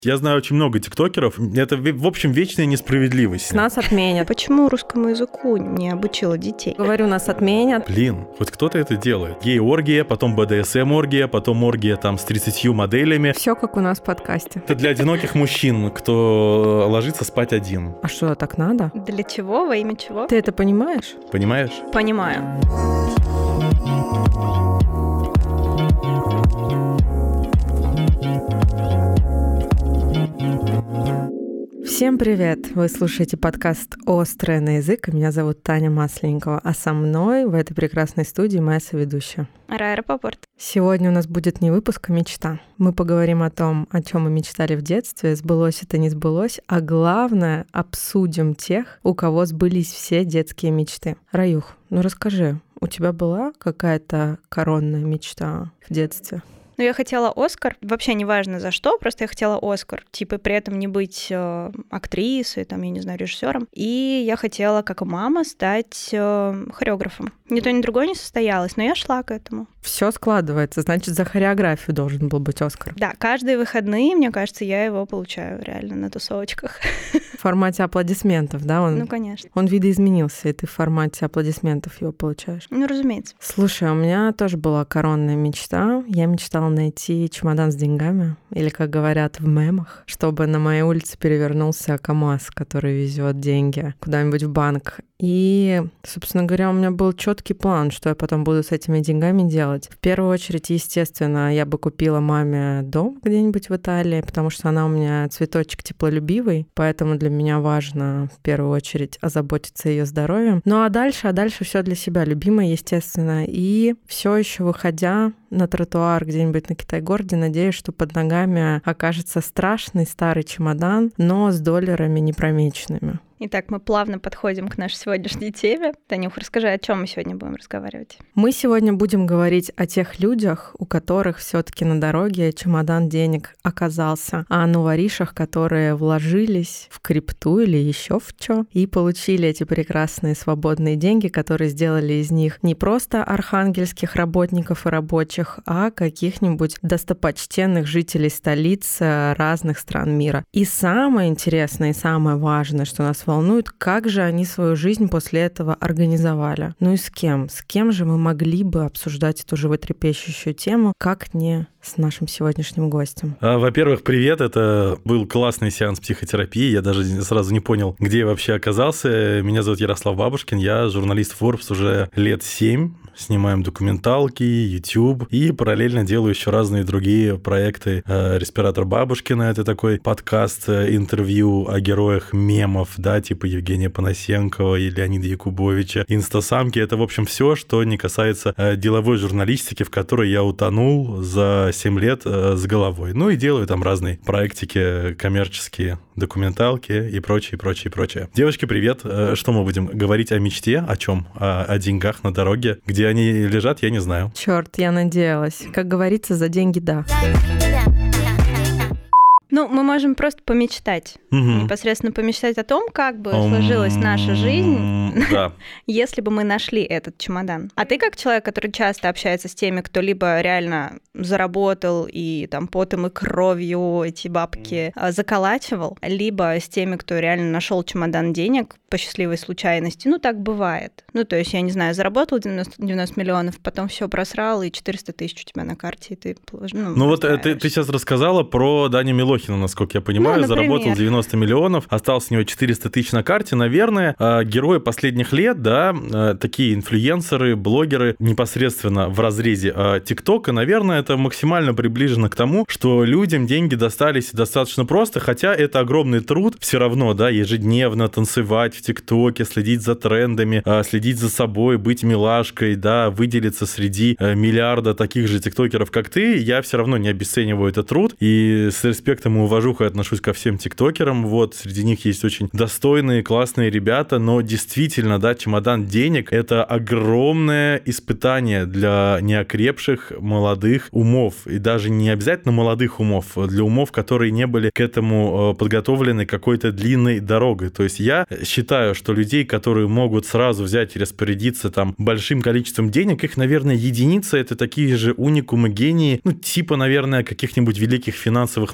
Я знаю очень много тиктокеров. Это, в общем, вечная несправедливость. Нас отменят. Почему русскому языку не обучила детей? Говорю, нас отменят. Блин, хоть кто-то это делает. Гей-оргия, потом БДСМ-оргия, потом оргия там с 30 моделями. Все как у нас в подкасте. Это для одиноких мужчин, кто ложится спать один. А что, так надо? Для чего? Во имя чего? Ты это понимаешь? Понимаешь? Понимаю. Всем привет! Вы слушаете подкаст «Острое на язык», и меня зовут Таня Масленникова, а со мной в этой прекрасной студии моя соведущая. Рая Рапопорт. Сегодня у нас будет не выпуск, а мечта. Мы поговорим о том, о чем мы мечтали в детстве, сбылось это, не сбылось, а главное, обсудим тех, у кого сбылись все детские мечты. Раюх, ну расскажи, у тебя была какая-то коронная мечта в детстве? Ну, я хотела Оскар, вообще не важно за что, просто я хотела Оскар, типа при этом не быть актрисой, там, я не знаю, режиссером. И я хотела, как и мама, стать хореографом. Ни то, ни другое не состоялось, но я шла к этому. Все складывается, значит, за хореографию должен был быть Оскар. Да, каждые выходные, мне кажется, я его получаю реально на тусовочках. В формате аплодисментов, да? Ну, конечно. Он видоизменился, и ты в формате аплодисментов его получаешь. Ну, разумеется. Слушай, у меня тоже была коронная мечта. Я мечтала найти чемодан с деньгами, или, как говорят в мемах, чтобы на моей улице перевернулся КамАЗ, который везет деньги куда-нибудь в банк. И, собственно говоря, у меня был четкий план, что я потом буду с этими деньгами делать. В первую очередь, естественно, я бы купила маме дом где-нибудь в Италии, потому что она у меня цветочек теплолюбивый, поэтому для меня важно в первую очередь озаботиться ее здоровьем. Ну а дальше все для себя, любимое, естественно. И все еще выходя на тротуар где-нибудь на Китай-городе, надеюсь, что под ногами окажется страшный старый чемодан, но с долларами непромеченными. Итак, мы плавно подходим к нашей сегодняшней теме. Танюх, расскажи, о чем мы сегодня будем разговаривать? Мы сегодня будем говорить о тех людях, у которых все-таки на дороге чемодан денег оказался, а о новоришах, которые вложились в крипту или еще в что, и получили эти прекрасные свободные деньги, которые сделали из них не просто архангельских работников и рабочих, а каких-нибудь достопочтенных жителей столиц разных стран мира. И самое интересное и самое важное, что нас волнует, как же они свою жизнь после этого организовали. Ну и с кем? С кем же мы могли бы обсуждать эту животрепещущую тему, как не с нашим сегодняшним гостем? Во-первых, привет. Это был классный сеанс психотерапии. Я даже сразу не понял, где я вообще оказался. Меня зовут Ярослав Бабушкин. Я журналист Forbes уже лет 7. Снимаем документалки, YouTube и параллельно делаю еще разные другие проекты. «Респиратор Бабушкина» — это такой подкаст, интервью о героях мемов, да, типа Евгения Панасенкова и Леонида Якубовича. «Инстасамки» — это, в общем, все, что не касается деловой журналистики, в которой я утонул за 7 лет с головой. Ну и делаю там разные проектики коммерческие, документалки и прочее, прочее, прочее. Девочки, привет. Что мы будем говорить о мечте? О чем? О деньгах на дороге? Где они лежат, я не знаю. Черт, я надеялась. Как говорится, за деньги да. Ну, мы можем просто помечтать. Непосредственно помечтать о том, как бы сложилась наша жизнь, если бы мы нашли этот чемодан. А ты, как человек, который часто общается с теми, кто либо реально заработал и там потом и кровью эти бабки заколачивал, либо с теми, кто реально нашел чемодан денег по счастливой случайности, ну, так бывает. Ну, то есть, я не знаю, заработал 90 миллионов, потом все просрал, и 400 тысяч у тебя на карте, и ты... Ну вот ты сейчас рассказала про Даню Милохина, насколько я понимаю, заработал 90 миллионов, осталось у него 400 тысяч на карте. Наверное, герои последних лет, да, такие инфлюенсеры, блогеры непосредственно в разрезе ТикТока, наверное, это максимально приближено к тому, что людям деньги достались достаточно просто, хотя это огромный труд все равно, да, ежедневно танцевать в ТикТоке, следить за трендами, следить за собой, быть милашкой, да, выделиться среди миллиарда таких же тиктокеров, как ты. Я все равно не обесцениваю этот труд и с респектом и уважухой отношусь ко всем тиктокерам. Вот, среди них есть очень достойные, классные ребята, но действительно, да, чемодан денег — это огромное испытание для неокрепших молодых умов. И даже не обязательно молодых умов, для умов, которые не были к этому подготовлены какой-то длинной дорогой. То есть я считаю, что людей, которые могут сразу взять и распорядиться там большим количеством денег, их, наверное, единицы — это такие же уникумы, гении, ну, типа, наверное, каких-нибудь великих финансовых махинаторов,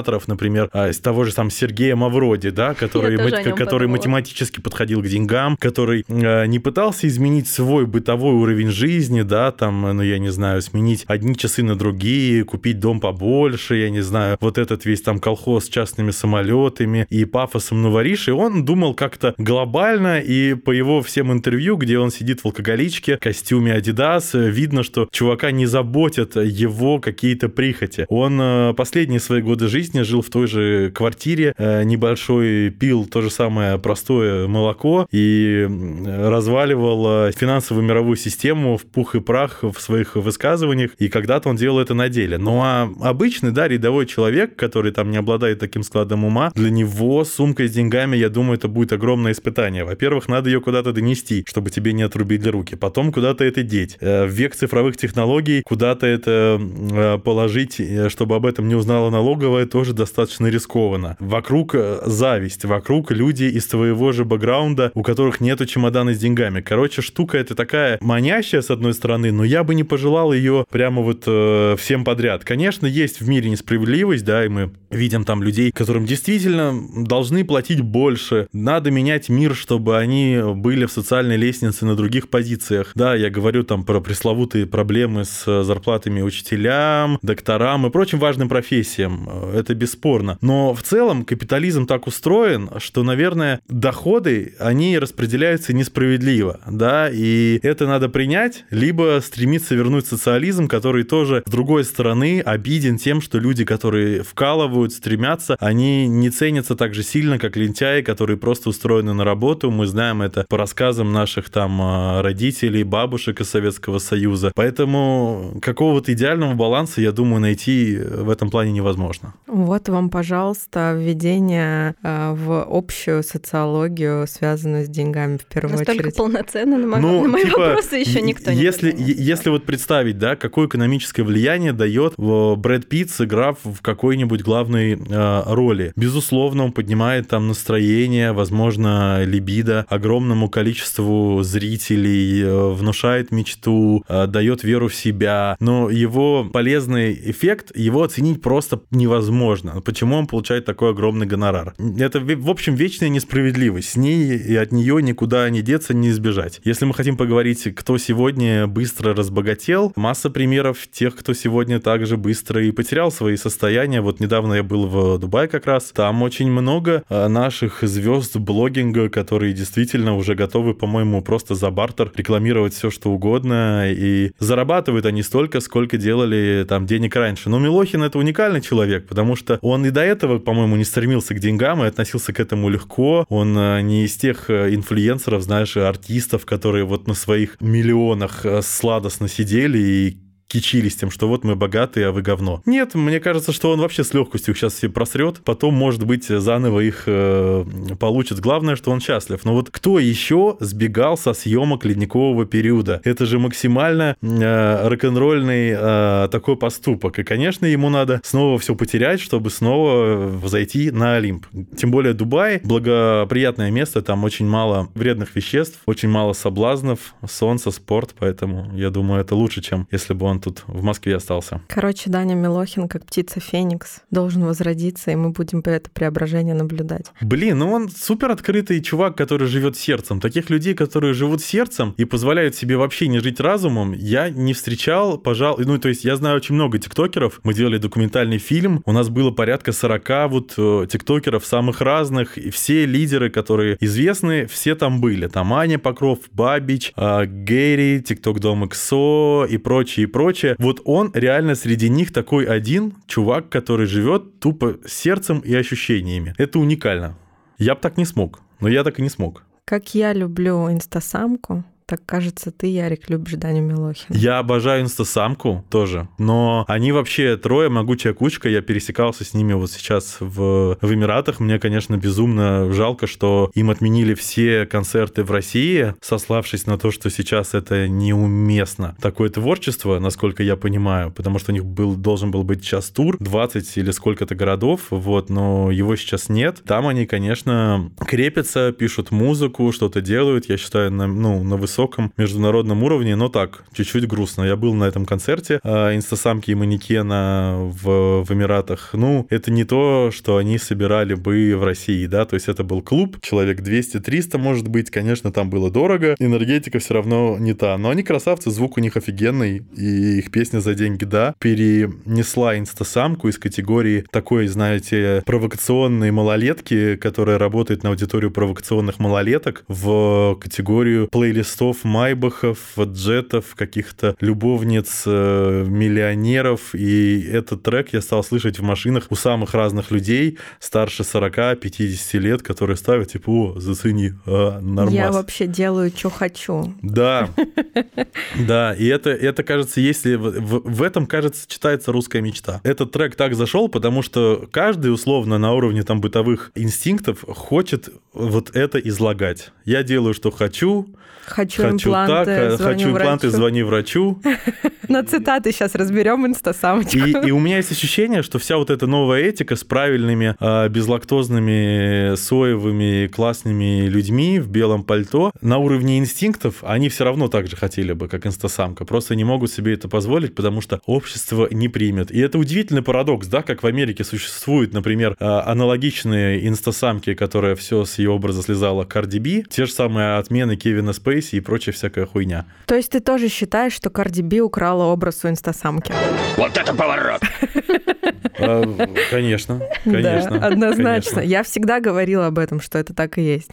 аниматоров, например, с того же сам Сергея Мавроди, да, который математически подходил к деньгам, который не пытался изменить свой бытовой уровень жизни, да, там, ну, я не знаю, сменить одни часы на другие, купить дом побольше, я не знаю, вот этот весь там колхоз с частными самолетами и пафосом новориши, он думал как-то глобально, и по его всем интервью, где он сидит в алкоголичке, в костюме Adidas, видно, что чувака не заботят его какие-то прихоти. Он последние свои годы жизни жил в той же квартире небольшой, пил то же самое простое молоко и разваливал финансовую мировую систему в пух и прах в своих высказываниях, и когда-то он делал это на деле. Ну а обычный, да, рядовой человек, который там не обладает таким складом ума, для него сумка с деньгами, я думаю, это будет огромное испытание. Во-первых, надо ее куда-то донести, чтобы тебе не отрубили руки. Потом куда-то это деть. В век цифровых технологий куда-то это положить, чтобы об этом не узнала налоговая, тоже достаточно рискованно. Вокруг зависть, вокруг люди из твоего же бэкграунда, у которых нету чемодана с деньгами. Короче, штука это такая манящая, с одной стороны, но я бы не пожелал ее прямо вот всем подряд. Конечно, есть в мире несправедливость, да, и мы видим там людей, которым действительно должны платить больше. Надо менять мир, чтобы они были в социальной лестнице на других позициях. Да, я говорю там про пресловутые проблемы с зарплатами учителям, докторам и прочим важным профессиям. Это бесспорно. Но в целом капитализм так устроен, что, наверное, доходы, они распределяются несправедливо, да, и это надо принять, либо стремиться вернуть социализм, который тоже, с другой стороны, обиден тем, что люди, которые вкалывают, стремятся, они не ценятся так же сильно, как лентяи, которые просто устроены на работу. Мы знаем это по рассказам наших там родителей, бабушек из Советского Союза. Поэтому какого-то идеального баланса, я думаю, найти в этом плане невозможно. Вот вам, пожалуйста, введение в общую социологию, связанную с деньгами в первую очередь. Настолько полноценно на мои вопросы еще никто не понимает. Если вот представить, да, какое экономическое влияние дает Брэд Питт, сыграв в какой-нибудь главной роли. Безусловно, он поднимает там настроение, возможно, либидо огромному количеству зрителей, внушает мечту, дает веру в себя, но его полезный эффект, его оценить просто невозможно. Почему он получает такой огромный гонорар? Это, в общем, вечная несправедливость. С ней и от нее никуда не деться, не избежать. Если мы хотим поговорить, кто сегодня быстро разбогател, масса примеров тех, кто сегодня также быстро и потерял свои состояния. Вот недавно я был в Дубае как раз. Там очень много наших звезд блогинга, которые действительно уже готовы, по-моему, просто за бартер рекламировать все, что угодно. И зарабатывают они столько, сколько делали там денег раньше. Но Милохин — это уникальный человек, потому что он и до этого, по-моему, не стремился к деньгам и относился к этому легко. Он не из тех инфлюенсеров, знаешь, артистов, которые вот на своих миллионах сладостно сидели и кичились тем, что вот мы богатые, а вы говно. Нет, мне кажется, что он вообще с легкостью их сейчас все просрет, потом, может быть, заново их получит. Главное, что он счастлив. Но вот кто еще сбегал со съемок ледникового периода? Это же максимально рок-н-ролльный такой поступок. И, конечно, ему надо снова все потерять, чтобы снова взойти на Олимп. Тем более Дубай — благоприятное место, там очень мало вредных веществ, очень мало соблазнов, солнце, спорт, поэтому я думаю, это лучше, чем если бы он тут в Москве остался. Короче, Даня Милохин, как птица Феникс, должен возродиться, и мы будем это преображение наблюдать. Блин, ну он супер открытый чувак, который живет сердцем. Таких людей, которые живут сердцем и позволяют себе вообще не жить разумом, я не встречал, пожалуй. Ну, то есть я знаю очень много тиктокеров. Мы делали документальный фильм. У нас было порядка 40 вот тиктокеров самых разных. И все лидеры, которые известны, все там были. Там Аня Покров, Бабич, Гэри, ТикТок-дом XO и прочее. Вот он реально среди них такой один чувак, который живет тупо сердцем и ощущениями. Это уникально. Я бы так не смог, но я так и не смог. Как я люблю инстасамку, так, кажется, ты, Ярик, любишь Даню Милохина. Я обожаю инстасамку тоже, но они вообще трое, могучая кучка. Я пересекался с ними вот сейчас в Эмиратах. Мне, конечно, безумно жалко, что им отменили все концерты в России, сославшись на то, что сейчас это неуместно. Такое творчество, насколько я понимаю, потому что у них должен был быть сейчас тур, 20 или сколько-то городов, вот, но его сейчас нет. Там они, конечно, крепятся, пишут музыку, что-то делают, я считаю, на высоком высоком международном уровне, но так, чуть-чуть грустно. Я был на этом концерте инстасамки и манекена в Эмиратах. Ну, это не то, что они собирали бы в России, да, то есть это был клуб, человек 200-300, может быть, конечно, там было дорого, энергетика все равно не та, но они красавцы, звук у них офигенный, и их песня «За деньги, да» перенесла инстасамку из категории такой, знаете, провокационной малолетки, которая работает на аудиторию провокационных малолеток, в категорию плейлистов майбахов, джетов, каких-то любовниц, миллионеров, и этот трек я стал слышать в машинах у самых разных людей, старше 40-50 лет, которые ставят, типа, о, зацени, нормас. Я вообще делаю, что хочу. Да, да, и это, кажется, если в этом, кажется, читается русская мечта. Этот трек так зашел, потому что каждый, условно, на уровне там бытовых инстинктов хочет вот это излагать. Я делаю, что хочу. Хочу импланты, хочу импланты, звони врачу. На цитаты сейчас разберем инстасамочку. И у меня есть ощущение, что вся вот эта новая этика с правильными безлактозными, соевыми, классными людьми в белом пальто на уровне инстинктов, они все равно так же хотели бы, как инстасамка. Просто не могут себе это позволить, потому что общество не примет. И это удивительный парадокс, да, как в Америке существуют, например, аналогичные инстасамки, которые все с ее образа слезала Cardi B, те же самые отмены Кевина Спейси и прочая всякая хуйня. То есть ты тоже считаешь, что Cardi B украла образ у инстасамки? Вот это поворот! Конечно, конечно. Да, однозначно. Я всегда говорила об этом, что это так и есть.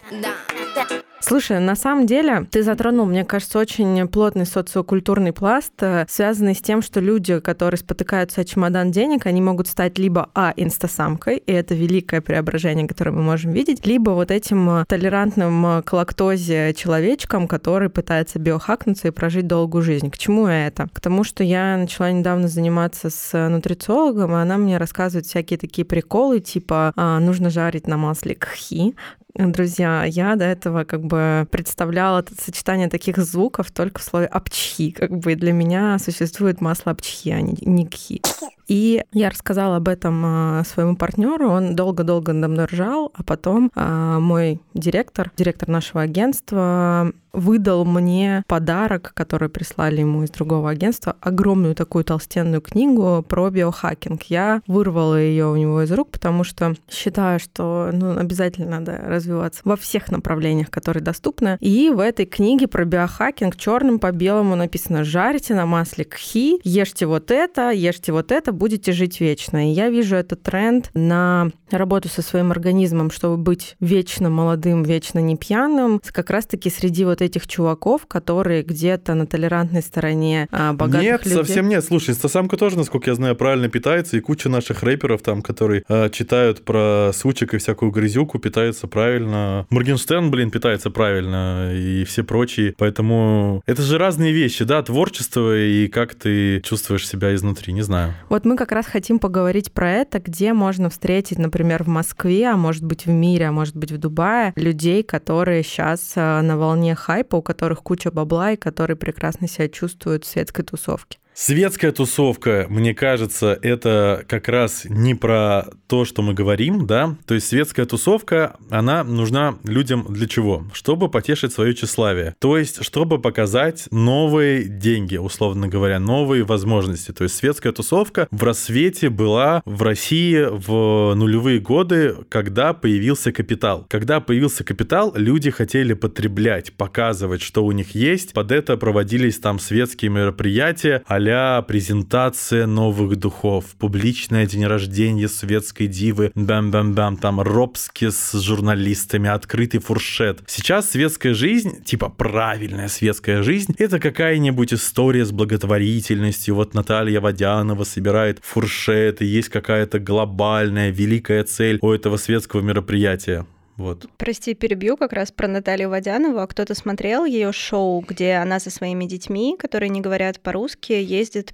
Слушай, на самом деле ты затронул, мне кажется, очень плотный социокультурный пласт, связанный с тем, что люди, которые спотыкаются о чемодан денег, они могут стать либо инстасамкой, и это великое преображение, которое мы можем видеть, либо вот этим толерантным к лактозе человечком, который пытается биохакнуться и прожить долгую жизнь. К чему это? К тому, что я начала недавно заниматься с нутрициологом, и она мне рассказывает всякие такие приколы, типа нужно жарить на масле кхи. Друзья, я до этого как бы представляла это сочетание таких звуков только в слове апчхи. Как бы для меня существует масло апчхи, а не кхи. И я рассказала об этом своему партнеру, он долго-долго надо мной ржал, а потом мой директор нашего агентства выдал мне подарок, который прислали ему из другого агентства, огромную такую толстенную книгу про биохакинг. Я вырвала ее у него из рук, потому что считаю, что обязательно надо развиваться во всех направлениях, которые доступны. И в этой книге про биохакинг черным по белому написано: жарьте на масле кхи, ешьте вот это, будете жить вечно. И я вижу этот тренд на работу со своим организмом, чтобы быть вечно молодым, вечно не пьяным, как раз-таки среди вот этих чуваков, которые где-то на толерантной стороне богатых людей. Нет, совсем нет. Слушай, инстасамка тоже, насколько я знаю, правильно питается, и куча наших рэперов там, которые читают про сучек и всякую грязюку, питаются правильно. Моргенштерн, питается правильно, и все прочие. Поэтому это же разные вещи, да, творчество и как ты чувствуешь себя изнутри, не знаю. Вот мы как раз хотим поговорить про это, где можно встретить, например, в Москве, а может быть в мире, а может быть в Дубае, людей, которые сейчас на волне хайпа, у которых куча бабла и которые прекрасно себя чувствуют в светской тусовке. Светская тусовка, мне кажется, это как раз не про то, что мы говорим, да? То есть светская тусовка, она нужна людям для чего? Чтобы потешить свое тщеславие. То есть, чтобы показать новые деньги, условно говоря, новые возможности. То есть светская тусовка в рассвете была в России в нулевые годы, когда появился капитал. Когда появился капитал, люди хотели потреблять, показывать, что у них есть. Под это проводились там светские мероприятия, а-ля презентация новых духов, публичное день рождения светской дивы, бам-бам-бам, там робски с журналистами, открытый фуршет. Сейчас светская жизнь, типа правильная светская жизнь, это какая-нибудь история с благотворительностью. Вот Наталья Водянова собирает фуршет, и есть какая-то глобальная, великая цель у этого светского мероприятия. Вот. Прости, перебью как раз про Наталью Водянову. А кто-то смотрел ее шоу, где она со своими детьми, которые не говорят по-русски, ездит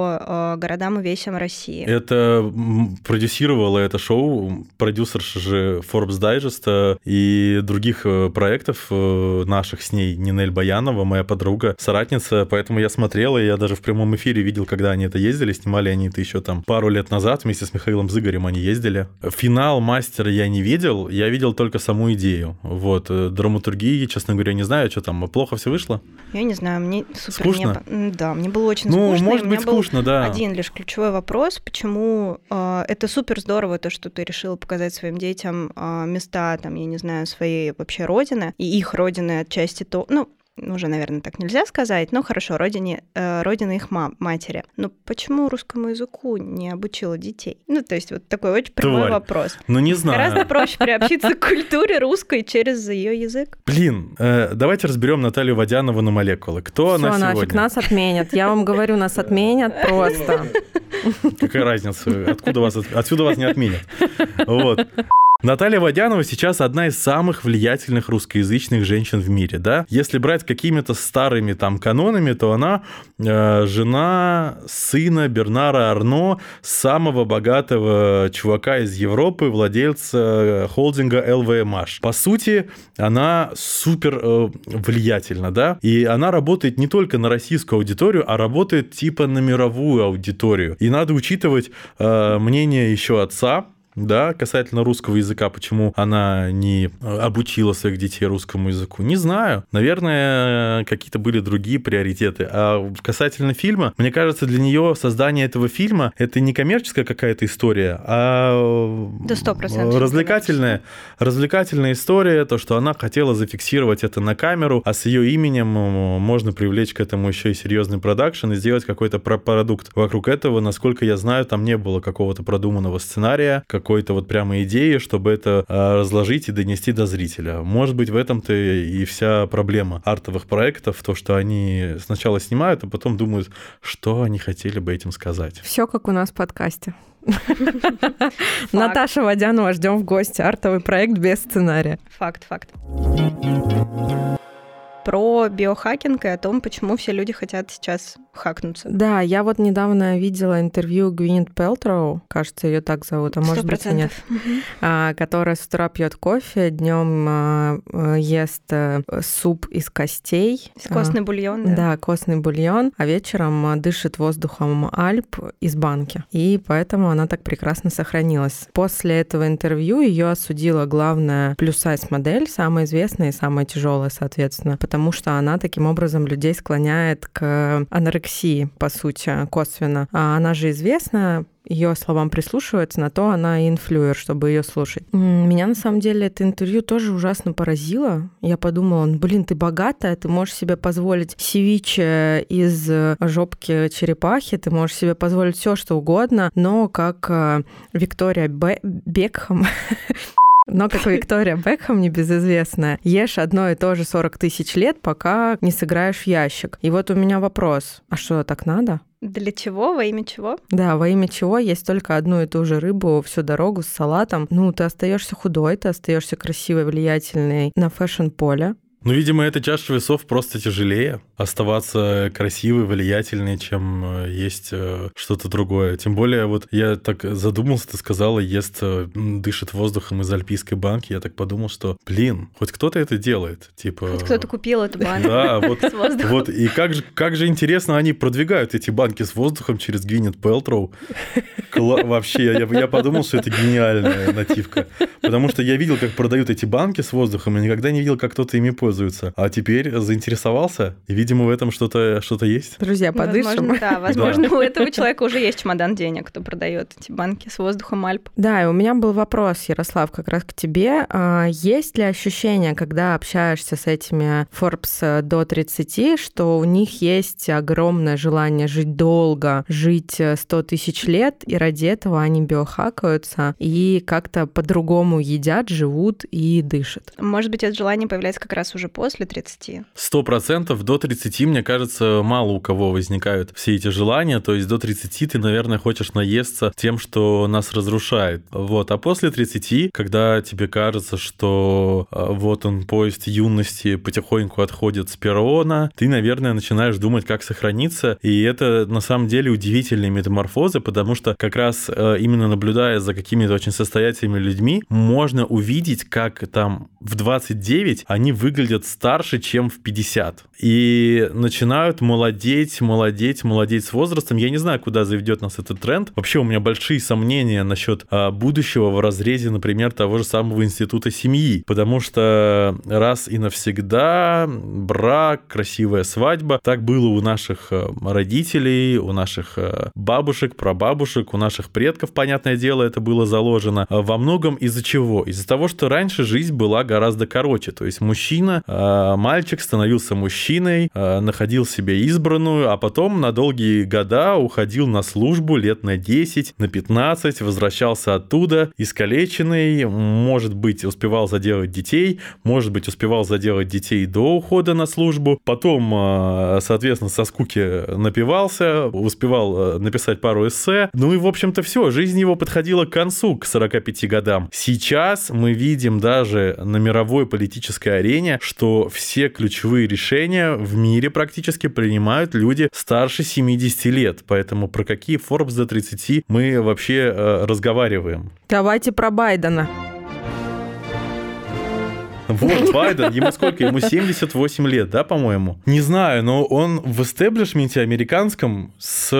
по городам и весям России? Это продюсировала это шоу продюсерша же Forbes Digest и других проектов наших с ней, Нинель Баянова, моя подруга, соратница, поэтому я смотрел, и я даже в прямом эфире видел, когда они это ездили, снимали они это еще там пару лет назад, вместе с Михаилом Зыгорем они ездили. Финал мастера я не видел, я видел только только саму идею. Вот. Драматургии, честно говоря, не знаю, что там, плохо все вышло? Я не знаю, мне супер... Скучно? Да, мне было очень скучно. Может быть, скучно, да. Один лишь ключевой вопрос, почему это супер здорово, то, что ты решила показать своим детям места, там, я не знаю, своей вообще родины, и их родины отчасти то... уже, наверное, так нельзя сказать, но хорошо, родина их матери. Но почему русскому языку не обучила детей? То есть вот такой очень прямой вопрос. Не знаю. Гораздо проще приобщиться к культуре русской через ее язык. Блин, давайте разберем Наталью Водянову на молекулы. Кто она сегодня? Нафиг, нас отменят. Я вам говорю, нас отменят просто. Какая разница? Отсюда вас не отменят. Вот. Наталья Водянова сейчас одна из самых влиятельных русскоязычных женщин в мире, да? Если брать какими-то старыми там канонами, то она жена сына Бернара Арно, самого богатого чувака из Европы, владельца холдинга LVMH. По сути, она супер влиятельна, да? И она работает не только на российскую аудиторию, а работает типа на мировую аудиторию. И надо учитывать мнение еще отца, да, касательно русского языка, почему она не обучила своих детей русскому языку, не знаю. Наверное, какие-то были другие приоритеты. А касательно фильма, мне кажется, для нее создание этого фильма это не коммерческая какая-то история, а да, 100% развлекательная история, то, что она хотела зафиксировать это на камеру, а с ее именем можно привлечь к этому еще и серьезный продакшн и сделать какой-то продукт вокруг этого. Насколько я знаю, там не было какого-то продуманного сценария, какой-то вот прямо идеи, чтобы это разложить и донести до зрителя. Может быть, в этом-то и вся проблема артовых проектов, то, что они сначала снимают, а потом думают, что они хотели бы этим сказать. Все как у нас в подкасте. Наташа Водянова ждем в гости. Артовый проект без сценария. Факт. Про биохакинг и о том, почему все люди хотят сейчас хакнуться. Да, я вот недавно видела интервью Гвинет Пэлтроу, кажется, ее так зовут, а может 100%. Быть и нет, которая с утра пьет кофе, днем ест суп из костей. Костный бульон, да? Да, костный бульон, а вечером дышит воздухом Альп из банки. И поэтому она так прекрасно сохранилась. После этого интервью ее осудила главная плюс-сайз-модель, самая известная и самая тяжелая, соответственно, потому что она таким образом людей склоняет к анорексии, по сути, косвенно. А она же известна, ее словам прислушивается, на то она и инфлюер, чтобы ее слушать. Меня, на самом деле, это интервью тоже ужасно поразило. Я подумала, ты богатая, ты можешь себе позволить севиче из жопки черепахи, ты можешь себе позволить все что угодно, но как Виктория Бекхэм... Но, как Виктория Бекхэм, небезызвестная, ешь одно и то же 40 тысяч лет, пока не сыграешь в ящик. И вот у меня вопрос. А что, так надо? Для чего? Во имя чего? Да, во имя чего есть только одну и ту же рыбу всю дорогу с салатом. Ты остаешься худой, ты остаешься красивой, влиятельной на фэшн-поле. Видимо, эта чаша весов просто тяжелее оставаться красивой, влиятельной, чем есть что-то другое. Тем более, вот я так задумался, ты сказала, дышит воздухом из альпийской банки. Я так подумал, что, хоть кто-то это делает. Хоть кто-то купил эту банку. Да, вот. И как же интересно они продвигают эти банки с воздухом через Гвинет Пэлтроу. Вообще, я подумал, что это гениальная нативка. Потому что я видел, как продают эти банки с воздухом, и никогда не видел, как кто-то ими пользуется. А теперь заинтересовался, и, видимо, в этом что-то есть. Друзья, подышим. Возможно, у этого человека уже есть чемодан денег, кто продает эти банки с воздухом Альп. Да, и у меня был вопрос, Ярослав, как раз к тебе. Есть ли ощущение, когда общаешься с этими Forbes до 30, что у них есть огромное желание жить долго, жить 100 тысяч лет, и ради этого они биохакаются и как-то по-другому едят, живут и дышат? Может быть, это желание появляется как раз уже после 30? 100%. До 30, мне кажется, мало у кого возникают все эти желания. То есть до 30 ты, наверное, хочешь наесться тем, что нас разрушает. Вот. А после 30, когда тебе кажется, что вот он, поезд юности потихоньку отходит с перрона, ты, наверное, начинаешь думать, как сохраниться. И это, на самом деле, удивительные метаморфозы, потому что как раз именно наблюдая за какими-то очень состоятельными людьми, можно увидеть, как там в 29 они выглядят выглядят старше, чем в 50. И начинают молодеть с возрастом. Я не знаю, куда заведет нас этот тренд. Вообще у меня большие сомнения насчет будущего в разрезе, например, того же самого института семьи. Потому что раз и навсегда брак, красивая свадьба. Так было у наших родителей, у наших бабушек, прабабушек, у наших предков, понятное дело, это было заложено. Во многом из-за чего? Из-за того, что раньше жизнь была гораздо короче. То есть мужчина, мальчик становился мужчиной, находил себе избранную, а потом на долгие года уходил на службу лет на 10, на 15, возвращался оттуда, искалеченный, может быть, успевал заделать детей, может быть, успевал заделать детей до ухода на службу, потом, соответственно, со скуки напивался, успевал написать пару эссе, ну и, в общем-то, все, жизнь его подходила к концу, к 45 годам. Сейчас мы видим даже на мировой политической арене, что все ключевые решения в мире практически принимают люди старше 70 лет, поэтому про какие Forbes до 30 мы вообще разговариваем? Давайте про Байдена. Вот, Байден, ему сколько? Ему 78 лет, да, по-моему? Не знаю, но он в истеблишменте американском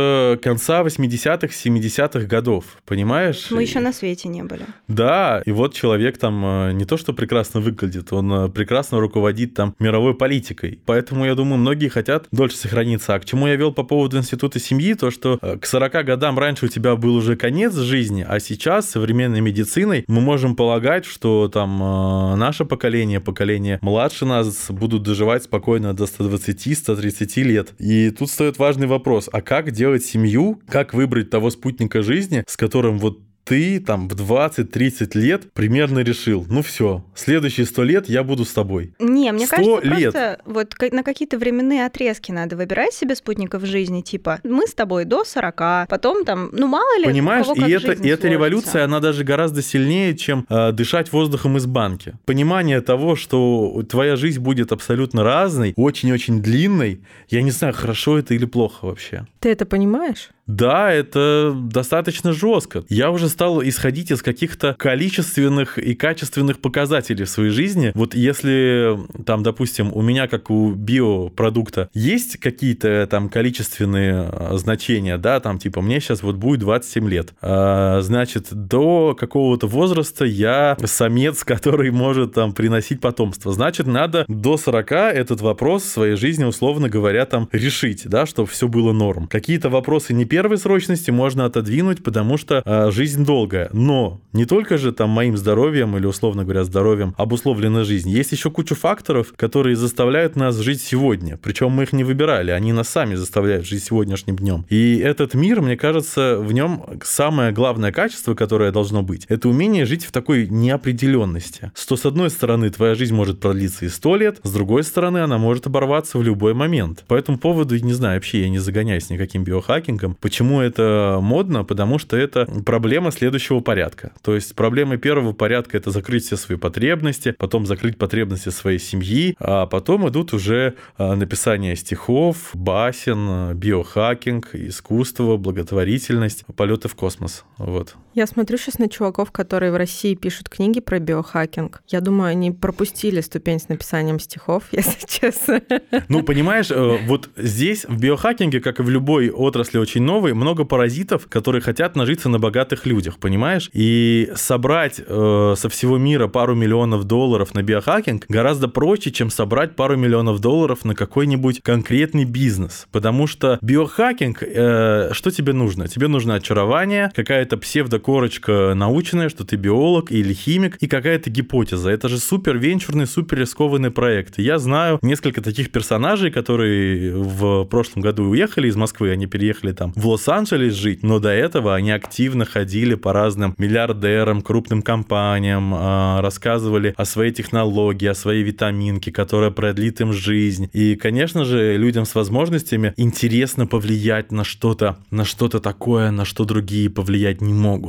с конца 80-х, 70-х годов, понимаешь? Мы еще на свете не были. Да, и вот человек там не то что прекрасно выглядит, он прекрасно руководит там мировой политикой. Поэтому, я думаю, многие хотят дольше сохраниться. А к чему я вел по поводу института семьи, то, что к 40 годам раньше у тебя был уже конец жизни, а сейчас современной медициной мы можем полагать, что там наше поколение младше нас будут доживать спокойно до 120-130 лет. И тут встает важный вопрос, а как делать семью, как выбрать того спутника жизни, с которым вот ты там в 20-30 лет примерно решил, ну все, следующие 100 лет я буду с тобой. Не, мне кажется, просто вот на какие-то временные отрезки надо выбирать себе спутников в жизни, типа, мы с тобой до 40, потом там, ну мало ли, понимаешь, у кого как и эта революция, она даже гораздо сильнее, чем дышать воздухом из банки. Понимание того, что твоя жизнь будет абсолютно разной, очень-очень длинной, я не знаю, хорошо это или плохо вообще. Ты это понимаешь? Да, это достаточно жестко. Я уже стал исходить из каких-то количественных и качественных показателей в своей жизни. Вот если там, допустим, у меня, как у биопродукта, есть какие-то там количественные значения, да, там типа мне сейчас вот будет 27 лет, значит, до какого-то возраста я самец, который может там приносить потомство. Значит, надо до 40 этот вопрос в своей жизни, условно говоря, там решить, да, чтобы все было норм. Какие-то вопросы не первой срочности можно отодвинуть, потому что жизнь долгая. Но не только же там моим здоровьем или, условно говоря, здоровьем обусловлена жизнь. Есть еще куча факторов, которые заставляют нас жить сегодня. Причем мы их не выбирали, они нас сами заставляют жить сегодняшним днем. И этот мир, мне кажется, в нем самое главное качество, которое должно быть, это умение жить в такой неопределенности. Что с одной стороны твоя жизнь может продлиться и 100 лет, с другой стороны она может оборваться в любой момент. По этому поводу, не знаю, вообще я не загоняюсь никаким биохакингом. Почему это модно? Потому что это проблема следующего порядка. То есть проблема первого порядка — это закрыть все свои потребности, потом закрыть потребности своей семьи, а потом идут уже написание стихов, басен, биохакинг, искусство, благотворительность, полеты в космос. Вот. Я смотрю сейчас на чуваков, которые в России пишут книги про биохакинг. Я думаю, они пропустили ступень с написанием стихов, если честно. Ну, понимаешь, вот здесь в биохакинге, как и в любой отрасли очень новой, много паразитов, которые хотят нажиться на богатых людях, понимаешь? И собрать со всего мира пару миллионов долларов на биохакинг гораздо проще, чем собрать пару миллионов долларов на какой-нибудь конкретный бизнес. Потому что биохакинг, что тебе нужно? Тебе нужно очарование, какая-то псевдокорочка научная, что ты биолог или химик, и какая-то гипотеза. Это же супер венчурный, супер рискованный проект. Я знаю несколько таких персонажей, которые в прошлом году уехали из Москвы, они переехали там в Лос-Анджелес жить, но до этого они активно ходили по разным миллиардерам, крупным компаниям, рассказывали о своей технологии, о своей витаминке, которая продлит им жизнь. И, конечно же, людям с возможностями интересно повлиять на что-то такое, на что другие повлиять не могут.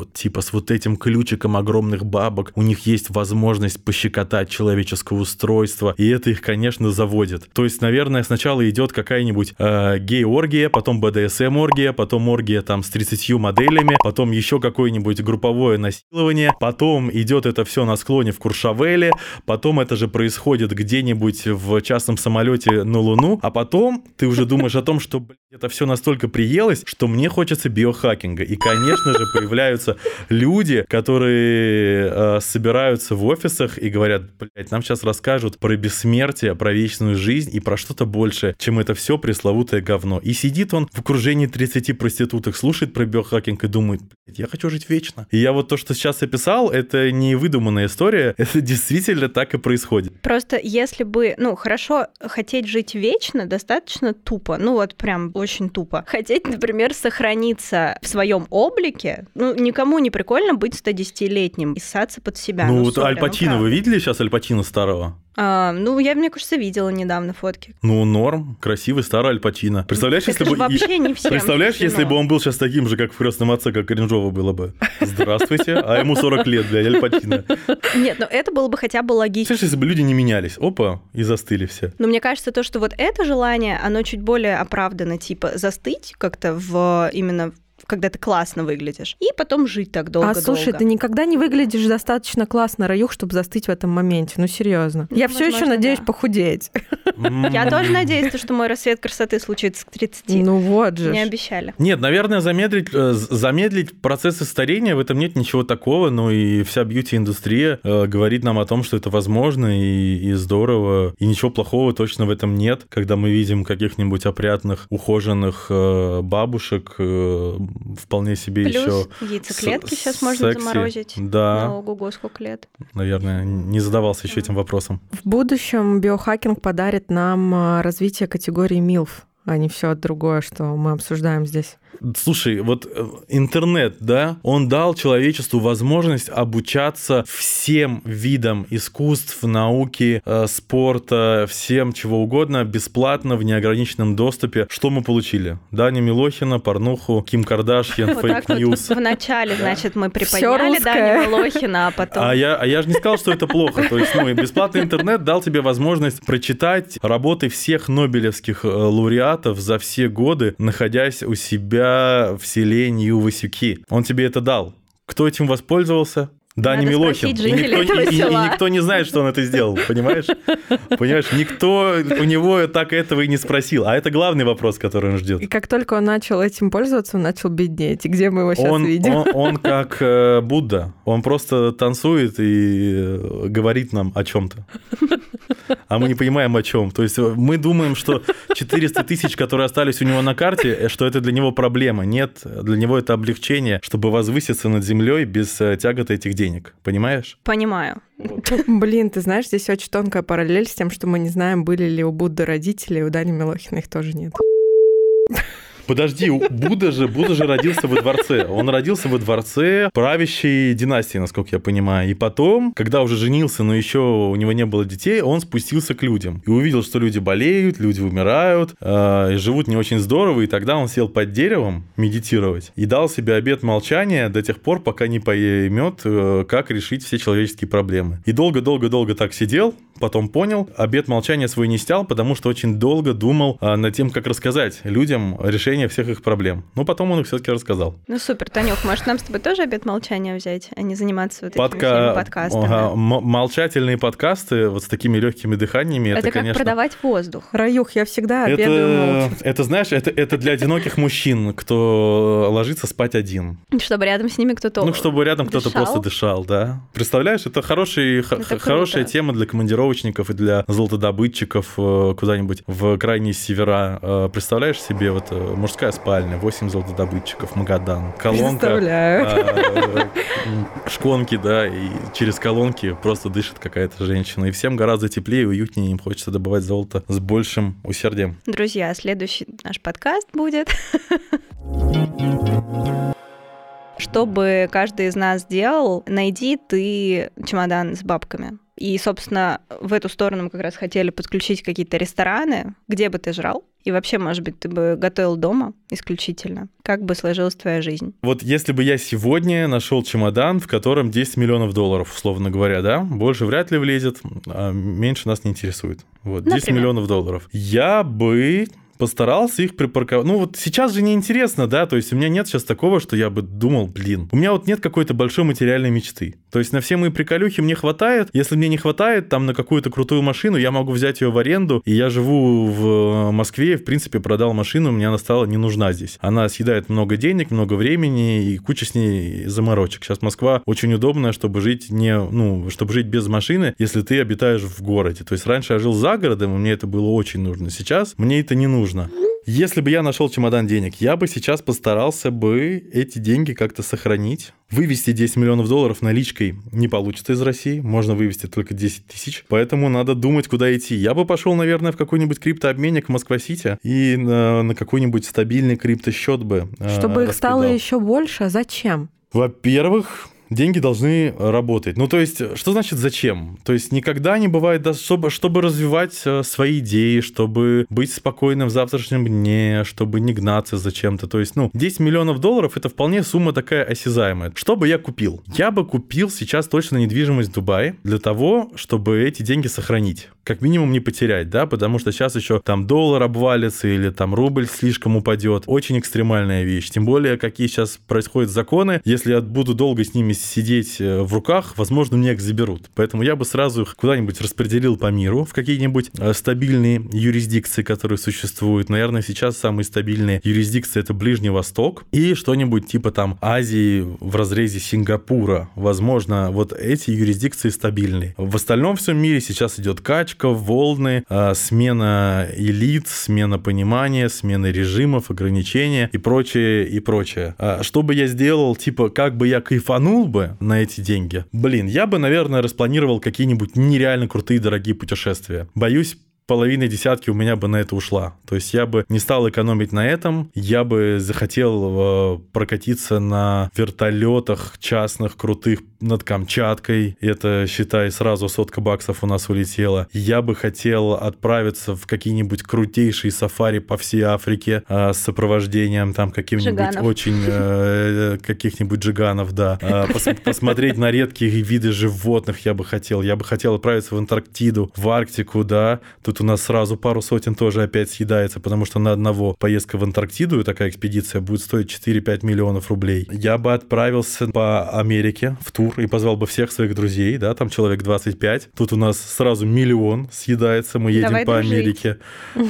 вот типа с вот этим ключиком огромных бабок, у них есть возможность пощекотать человеческое устройство, и это их, конечно, заводит. То есть, наверное, сначала идет какая-нибудь гей-оргия, потом БДСМ-оргия, потом оргия там с 30 моделями, потом еще какое-нибудь групповое насилование, потом идет это все на склоне в Куршавеле, потом это же происходит где-нибудь в частном самолете на Луну, а потом ты уже думаешь о том, что это все настолько приелось, что мне хочется биохакинга. И, конечно же, появляются люди, которые собираются в офисах и говорят: блядь, нам сейчас расскажут про бессмертие, про вечную жизнь и про что-то большее, чем это все пресловутое говно. И сидит он в окружении 30 проституток, слушает про биохакинг и думает: блядь, я хочу жить вечно. И я вот то, что сейчас описал, это не выдуманная история, это действительно так и происходит. Просто если бы, хорошо, хотеть жить вечно достаточно тупо, вот прям очень тупо. Хотеть, например, сохраниться в своем облике, никому не прикольно быть 110-летним и ссаться под себя. Вот Аль Пачино, вы видели сейчас Аль Пачино старого? Я, мне кажется, видела недавно фотки. Норм, красивый старый Аль Пачино. Представляешь, если бы... вообще не всем. Представляешь, если бы он был сейчас таким же, как в «Крестном отце», как Кринжова было бы? Здравствуйте, а ему 40 лет, блядь, Аль Пачино. Нет, это было бы хотя бы логично. Представляешь, если бы люди не менялись, опа, и застыли все. Но мне кажется, то, что вот это желание, оно чуть более оправдано, типа застыть как-то именно когда ты классно выглядишь, и потом жить так долго-долго. Слушай, ты никогда не выглядишь достаточно классно, Раюх, чтобы застыть в этом моменте. Серьезно. Я все еще надеюсь похудеть. Я тоже надеюсь, что мой рассвет красоты случится к 30. Вот же. Не обещали. Нет, наверное, замедлить процессы старения, в этом нет ничего такого, но и вся бьюти-индустрия говорит нам о том, что это возможно и здорово, и ничего плохого точно в этом нет, когда мы видим каких-нибудь опрятных, ухоженных бабушек, вполне себе плюс еще... Плюс яйцеклетки сейчас можно заморозить. Да. Ого-го, сколько лет. Наверное, не задавался еще этим вопросом. В будущем биохакинг подарит нам развитие категории МИЛФ, а не все другое, что мы обсуждаем здесь. Слушай, вот интернет, да, он дал человечеству возможность обучаться всем видам искусств, науки, спорта, всем чего угодно, бесплатно, в неограниченном доступе. Что мы получили? Даню Милохина, порнуху, Ким Кардашьян, фейк-ньюс. Вначале, значит, мы приподняли Даню Милохина, а потом... А я же не сказал, что это плохо. То есть, бесплатный интернет дал тебе возможность прочитать работы всех нобелевских лауреатов за все годы, находясь у себя в селе Нью-Васюки. Он тебе это дал. Кто этим воспользовался? Даня Милохин. И никто не знает, что он это сделал, понимаешь? Никто у него так этого и не спросил. А это главный вопрос, который он ждет. И как только он начал этим пользоваться, он начал беднеть. И где мы его сейчас видим? Он как Будда. Он просто танцует и говорит нам о чем-то. А мы не понимаем, о чем. То есть мы думаем, что 400 тысяч, которые остались у него на карте, что это для него проблема. Нет, для него это облегчение, чтобы возвыситься над землей без тяготы этих денег. Понимаешь? Понимаю. Блин, ты знаешь, здесь очень тонкая параллель с тем, что мы не знаем, были ли у Будды родители, у Дани Милохина их тоже нет. Подожди, Будда же родился во дворце. Он родился во дворце правящей династии, насколько я понимаю. И потом, когда уже женился, но еще у него не было детей, он спустился к людям. И увидел, что люди болеют, люди умирают, и живут не очень здорово. И тогда он сел под деревом медитировать и дал себе обет молчания до тех пор, пока не поймет, как решить все человеческие проблемы. И долго-долго-долго так сидел, потом понял, обет молчания свой не снял, потому что очень долго думал над тем, как рассказать людям решение всех их проблем. Но потом он их все-таки рассказал. Супер, Танюх, может, нам с тобой тоже обет молчания взять, а не заниматься вот этими всеми подкастами? Молчательные подкасты вот с такими легкими дыханиями. Это как конечно... продавать воздух. Раюх, я всегда обедаю молча. Это, знаешь, это для одиноких мужчин, кто ложится спать один. Чтобы рядом с ними кто-то чтобы рядом кто-то просто дышал, да. Представляешь, это хорошая тема для командировочников и для золотодобытчиков куда-нибудь в крайние севера. Представляешь себе вот мужская спальня, 8 золотодобытчиков, Магадан, колонка, шконки, да, и через колонки просто дышит какая-то женщина. И всем гораздо теплее и уютнее, им хочется добывать золото с большим усердием. Друзья, следующий наш подкаст будет... Что бы каждый из нас сделал, найди ты чемодан с бабками. и, собственно, в эту сторону мы как раз хотели подключить какие-то рестораны, где бы ты жрал? И вообще, может быть, ты бы готовил дома исключительно? Как бы сложилась твоя жизнь? Вот если бы я сегодня нашел чемодан, в котором 10 миллионов долларов, условно говоря, да, больше вряд ли влезет, а меньше нас не интересует. Вот, 10 Например? миллионов долларов. Я бы постарался их припарковать. Ну вот сейчас же неинтересно, да, то есть у меня нет сейчас такого, что я бы думал, у меня вот нет какой-то большой материальной мечты. То есть на все мои приколюхи мне хватает. Если мне не хватает там на какую-то крутую машину, я могу взять ее в аренду, и я живу в Москве, в принципе, продал машину, мне она стала не нужна здесь. Она съедает много денег, много времени и куча с ней заморочек. Сейчас Москва очень удобная, чтобы жить чтобы жить без машины, если ты обитаешь в городе. То есть раньше я жил за городом, и мне это было очень нужно. Сейчас мне это не нужно. Если бы я нашел чемодан денег, я бы сейчас постарался бы эти деньги как-то сохранить. Вывести 10 миллионов долларов наличкой не получится из России, можно вывести только 10 тысяч, поэтому надо думать, куда идти. Я бы пошел, наверное, в какой-нибудь криптообменник в Москва-Сити и на какой-нибудь стабильный криптосчет бы Чтобы их стало еще больше, зачем? Во-первых, деньги должны работать. Ну, то есть, что значит зачем? То есть, никогда не бывает, чтобы развивать свои идеи, чтобы быть спокойным в завтрашнем дне, чтобы не гнаться за чем-то. То есть, 10 миллионов долларов – это вполне сумма такая осязаемая. Что бы я купил? Я бы купил сейчас точно недвижимость в Дубае для того, чтобы эти деньги сохранить. Как минимум не потерять, да, потому что сейчас еще там доллар обвалится или там рубль слишком упадет. Очень экстремальная вещь. Тем более, какие сейчас происходят законы. Если я буду долго с ними сидеть в руках, возможно, мне их заберут. Поэтому я бы сразу их куда-нибудь распределил по миру в какие-нибудь стабильные юрисдикции, которые существуют. Наверное, сейчас самые стабильные юрисдикции – это Ближний Восток и что-нибудь типа там Азии в разрезе Сингапура. Возможно, вот эти юрисдикции стабильные. В остальном всем мире сейчас идет качка, волны, смена элит, смена понимания, смена режимов, ограничения и прочее, и прочее. Что бы я сделал, типа, как бы я кайфанул бы на эти деньги? Я бы, наверное, распланировал какие-нибудь нереально крутые, дорогие путешествия. Боюсь, половина десятки у меня бы на это ушла. То есть я бы не стал экономить на этом, я бы захотел прокатиться на вертолетах частных, крутых, над Камчаткой. Это, считай, сразу $100 у нас улетело. Я бы хотел отправиться в какие-нибудь крутейшие сафари по всей Африке с сопровождением там каким-нибудь каких-нибудь джиганов, да. Посмотреть на редкие виды животных я бы хотел. Я бы хотел отправиться в Антарктиду, в Арктику, да. Тут у нас сразу пару сотен тоже опять съедается, потому что на одного поездка в Антарктиду, такая экспедиция, будет стоить 4-5 миллионов рублей. Я бы отправился по Америке в тур и позвал бы всех своих друзей, да, там человек 25. Тут у нас сразу 1 миллион съедается, мы едем по Америке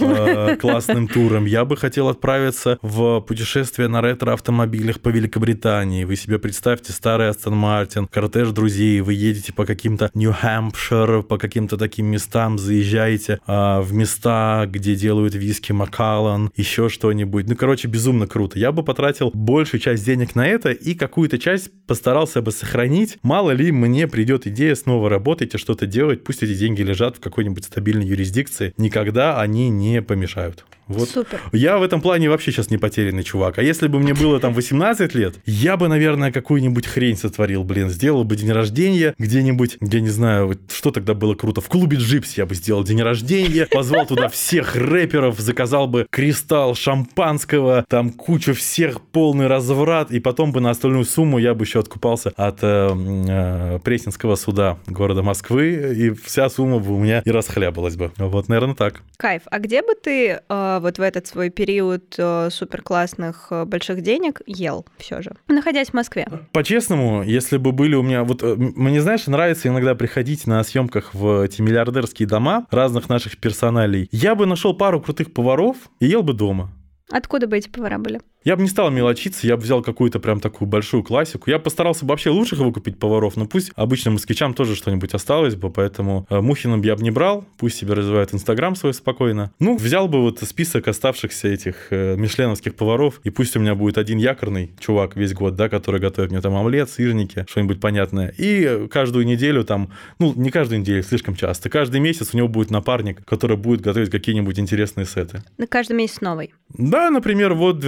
классным туром. Я бы хотел отправиться в путешествие на ретро-автомобилях по Великобритании. Вы себе представьте, старый Астон Мартин, кортеж друзей, вы едете по каким-то Нью-Хэмпшир, по каким-то таким местам, заезжаете в места, где делают виски Макаллан, еще что-нибудь. Безумно круто. Я бы потратил большую часть денег на это и какую-то часть постарался бы сохранить. Мало ли мне придет идея снова работать и что-то делать, пусть эти деньги лежат в какой-нибудь стабильной юрисдикции. Никогда они не помешают. Вот. Супер. Я в этом плане вообще сейчас не потерянный чувак. А если бы мне было там 18 лет, я бы, наверное, какую-нибудь хрень сотворил, сделал бы день рождения где-нибудь, я не знаю, что тогда было круто, в клубе Джипси я бы сделал день рождения, позвал туда всех рэперов, заказал бы кристалл шампанского, там кучу всех, полный разврат, и потом бы на остальную сумму я бы еще откупался от Пресненского суда города Москвы, и вся сумма бы у меня и расхлябалась бы. Вот, наверное, так. Кайф. А где бы ты вот в этот свой период суперклассных больших денег ел все же, находясь в Москве? По-честному, если бы были у меня... Вот мне, знаешь, нравится иногда приходить на съемках в эти миллиардерские дома разных наших персоналей. Я бы нашел пару крутых поваров и ел бы дома. Откуда бы эти повара были? Я бы не стал мелочиться, я бы взял какую-то прям такую большую классику. Я постарался бы вообще лучших выкупить поваров, но пусть обычным москвичам тоже что-нибудь осталось бы, поэтому Мухиным я бы не брал, пусть себе развивает Инстаграм свой спокойно. Взял бы вот список оставшихся этих мишленовских поваров, и пусть у меня будет один якорный чувак весь год, да, который готовит мне там омлет, сырники, что-нибудь понятное. И каждую неделю там, не каждую неделю, слишком часто, каждый месяц у него будет напарник, который будет готовить какие-нибудь интересные сеты. На каждый месяц новый? Да, например, вот этот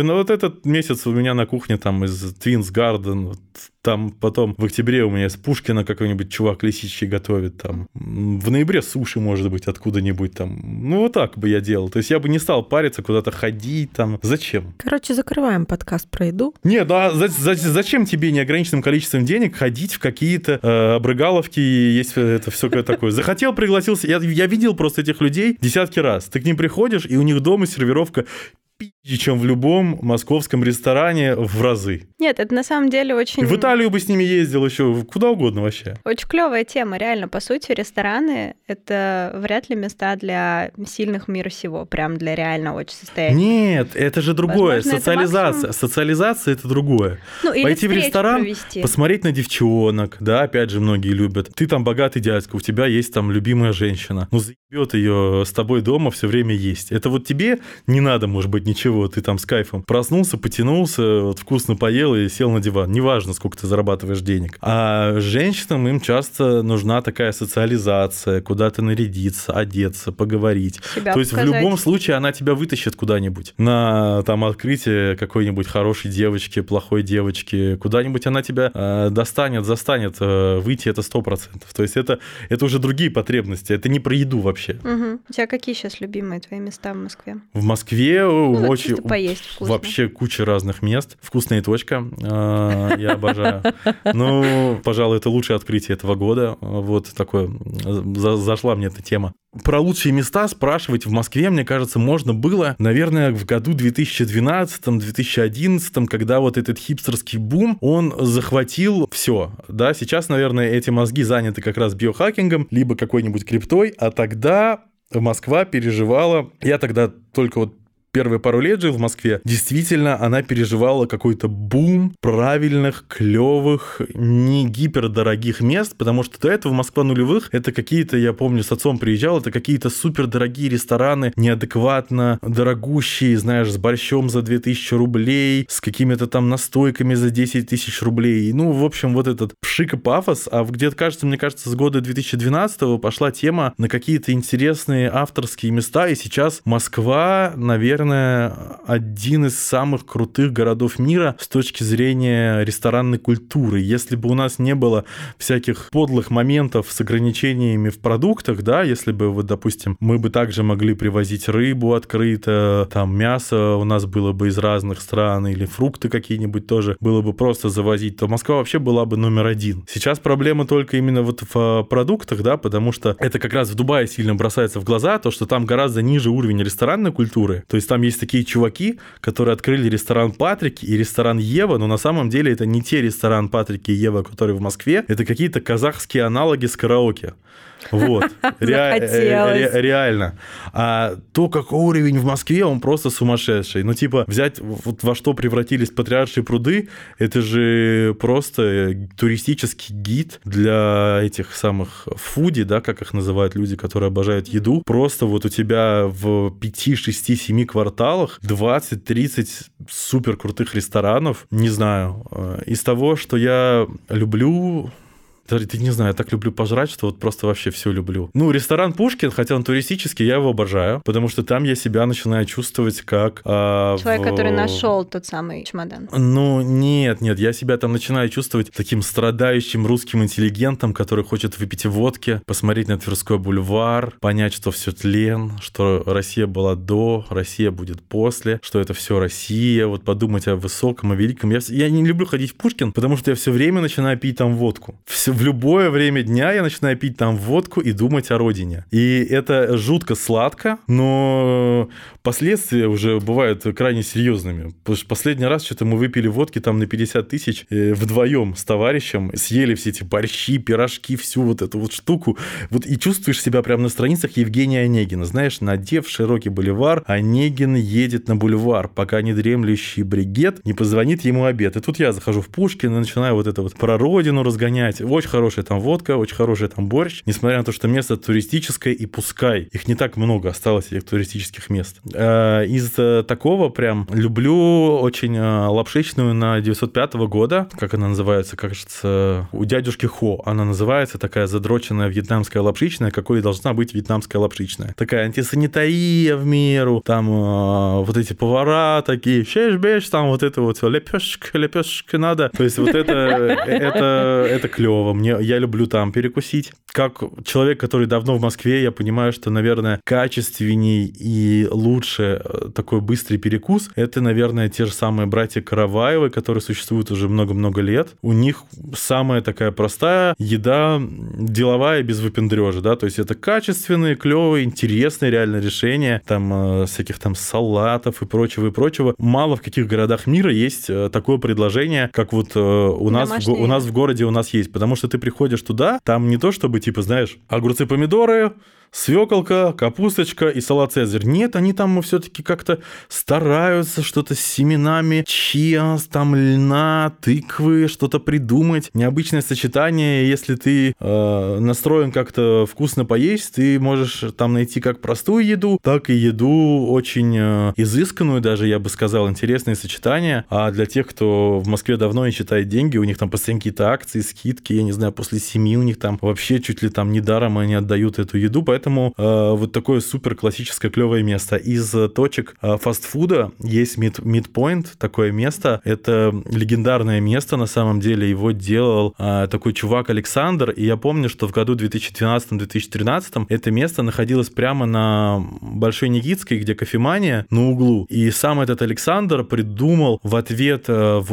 этот месяц у меня на кухне там из Twins Garden, там потом в октябре у меня из Пушкина какой-нибудь чувак лисичий готовит, там в ноябре суши, может быть, откуда-нибудь там. Ну, вот так бы я делал. То есть я бы не стал париться, куда-то ходить там. Зачем? Короче, закрываем подкаст про еду. Нет, ну а зачем тебе неограниченным количеством денег ходить в какие-то обрыгаловки, есть это все такое? Захотел, пригласился. Я видел просто этих людей десятки раз. Ты к ним приходишь, и у них дома сервировка чем в любом московском ресторане в разы. Нет, это на самом деле очень... В Италию бы с ними ездил еще, куда угодно вообще. Очень клевая тема, реально. По сути, рестораны — это вряд ли места для сильных мира сего, прям для реально очень состоятельных. Нет, это же другое. Возможно, социализация. Это социализация — это другое. Ну, или пойти в ресторан, провести. Посмотреть на девчонок, да, опять же, многие любят. Ты там богатый дядька, у тебя есть там любимая женщина. Ну, заебет ее с тобой дома все время есть. Это вот тебе не надо, может быть, ничего. Ты там с кайфом проснулся, потянулся, вот вкусно поел и сел на диван. Неважно, сколько ты зарабатываешь денег. А женщинам им часто нужна такая социализация, куда-то нарядиться, одеться, поговорить. Себя То есть показать. в любом случае она тебя вытащит куда-нибудь. На там открытие какой-нибудь хорошей девочки, плохой девочки. Куда-нибудь она тебя достанет, застанет. Выйти это 100%. То есть это уже другие потребности. Это не про еду вообще. Угу. У тебя какие сейчас любимые твои места в Москве? В Москве очень... Поесть вкусно. Вообще куча разных мест. Вкусная точка. Я обожаю. Ну, пожалуй, это лучшее открытие этого года. Вот такое. Зашла мне эта тема. Про лучшие места спрашивать в Москве, мне кажется, можно было, наверное, в году 2012-2011, когда вот этот хипстерский бум, он захватил все. Да, сейчас, наверное, эти мозги заняты как раз биохакингом, либо какой-нибудь криптой, а тогда Москва переживала... Я тогда только вот первые пару лет жил в Москве, действительно, она переживала какой-то бум правильных, клевых, не гипердорогих мест, потому что до этого Москва нулевых, это какие-то, я помню, с отцом приезжал, это какие-то супердорогие рестораны, неадекватно дорогущие, знаешь, с борщом за 2000 рублей, с какими-то там настойками за 10 тысяч рублей. Ну, в общем, вот этот пшик и пафос, а где-то, кажется, мне кажется, с года 2012-го пошла тема на какие-то интересные авторские места, и сейчас Москва, наверное, один из самых крутых городов мира с точки зрения ресторанной культуры. Если бы у нас не было всяких подлых моментов с ограничениями в продуктах, да, если бы, вот, допустим, мы бы также могли привозить рыбу открыто, там мясо у нас было бы из разных стран, или фрукты какие-нибудь тоже было бы просто завозить, то Москва вообще была бы номер один. Сейчас проблема только именно вот в продуктах, да, потому что это как раз в Дубае сильно бросается в глаза, то, что там гораздо ниже уровень ресторанной культуры, то есть там есть такие чуваки, которые открыли ресторан Патрик и ресторан Ева, но на самом деле это не те ресторан Патрик и Ева, которые в Москве, это какие-то казахские аналоги с караоке. Вот, реально. А то, какой уровень в Москве, он просто сумасшедший. Ну, типа, взять, вот во что превратились Патриаршие пруды, это же просто туристический гид для этих самых фуди, да, как их называют люди, которые обожают еду. Просто вот у тебя в 5, 6, 7 кварталах 20-30 супер крутых ресторанов. Не знаю, из того, что я люблю... Ты не знаю, я так люблю пожрать, что вот просто вообще все люблю. Ну, ресторан Пушкин, хотя он туристический, я его обожаю, потому что там я себя начинаю чувствовать как... Человек, который нашел тот самый чемодан. Ну, нет, я себя там начинаю чувствовать таким страдающим русским интеллигентом, который хочет выпить водки, посмотреть на Тверской бульвар, понять, что все тлен, что Россия была до, Россия будет после, что это все Россия, вот подумать о высоком, о великом. Я не люблю ходить в Пушкин, потому что я все время начинаю пить там водку. В любое время дня я начинаю пить там водку и думать о родине. И это жутко сладко, но последствия уже бывают крайне серьезными. Потому что последний раз что-то мы выпили водки там на 50 тысяч вдвоем с товарищем, съели все эти борщи, пирожки, всю вот эту вот штуку. Вот и чувствуешь себя прямо на страницах Евгения Онегина. Знаешь, надев широкий боливар, Онегин едет на бульвар, пока недремлющий бригет не позвонит ему обед. И тут я захожу в Пушкин и начинаю вот это вот про родину разгонять. очень хорошая там водка, очень хороший там борщ, несмотря на то, что место туристическое, и пускай их не так много осталось, этих туристических мест. Из такого прям люблю очень лапшичную на 905 года, как она называется, кажется, у дядюшки Хо она называется, такая задроченная вьетнамская лапшичная, какой и должна быть вьетнамская лапшичная. Такая антисанитария в меру, там вот эти повара такие, шеш-беш, там вот это вот лепешка надо. То есть вот это клево. Я люблю там перекусить. Как человек, который давно в Москве, я понимаю, что, наверное, качественней и лучше такой быстрый перекус — это, наверное, те же самые братья Караваевы, которые существуют уже много-много лет. У них самая такая простая еда, деловая, без выпендрежа, да, то есть это качественные, клевые, интересные реально решения, там всяких там салатов и прочего. Мало в каких городах мира есть такое предложение, как вот у нас в городе у нас есть, потому что ты приходишь туда, там не то чтобы, типа, знаешь, огурцы, помидоры, свеколка, капусточка и салат «Цезарь». Нет, они там все-таки как-то стараются что-то с семенами чиа, там льна, тыквы, что-то придумать. Необычное сочетание. Если ты настроен как-то вкусно поесть, ты можешь там найти как простую еду, так и еду очень изысканную, даже, я бы сказал, интересные сочетания. А для тех, кто в Москве давно не считает деньги, у них там постоянно какие-то акции, скидки, я не знаю, после 7 у них там вообще чуть ли там недаром они отдают эту еду, поэтому вот такое супер классическое клевое место. Из точек фастфуда есть Midpoint, такое место. Это легендарное место, на самом деле. Его делал такой чувак Александр, и я помню, что в году 2012-2013 это место находилось прямо на Большой Никитской, где кофемания, на углу. И сам этот Александр придумал в ответ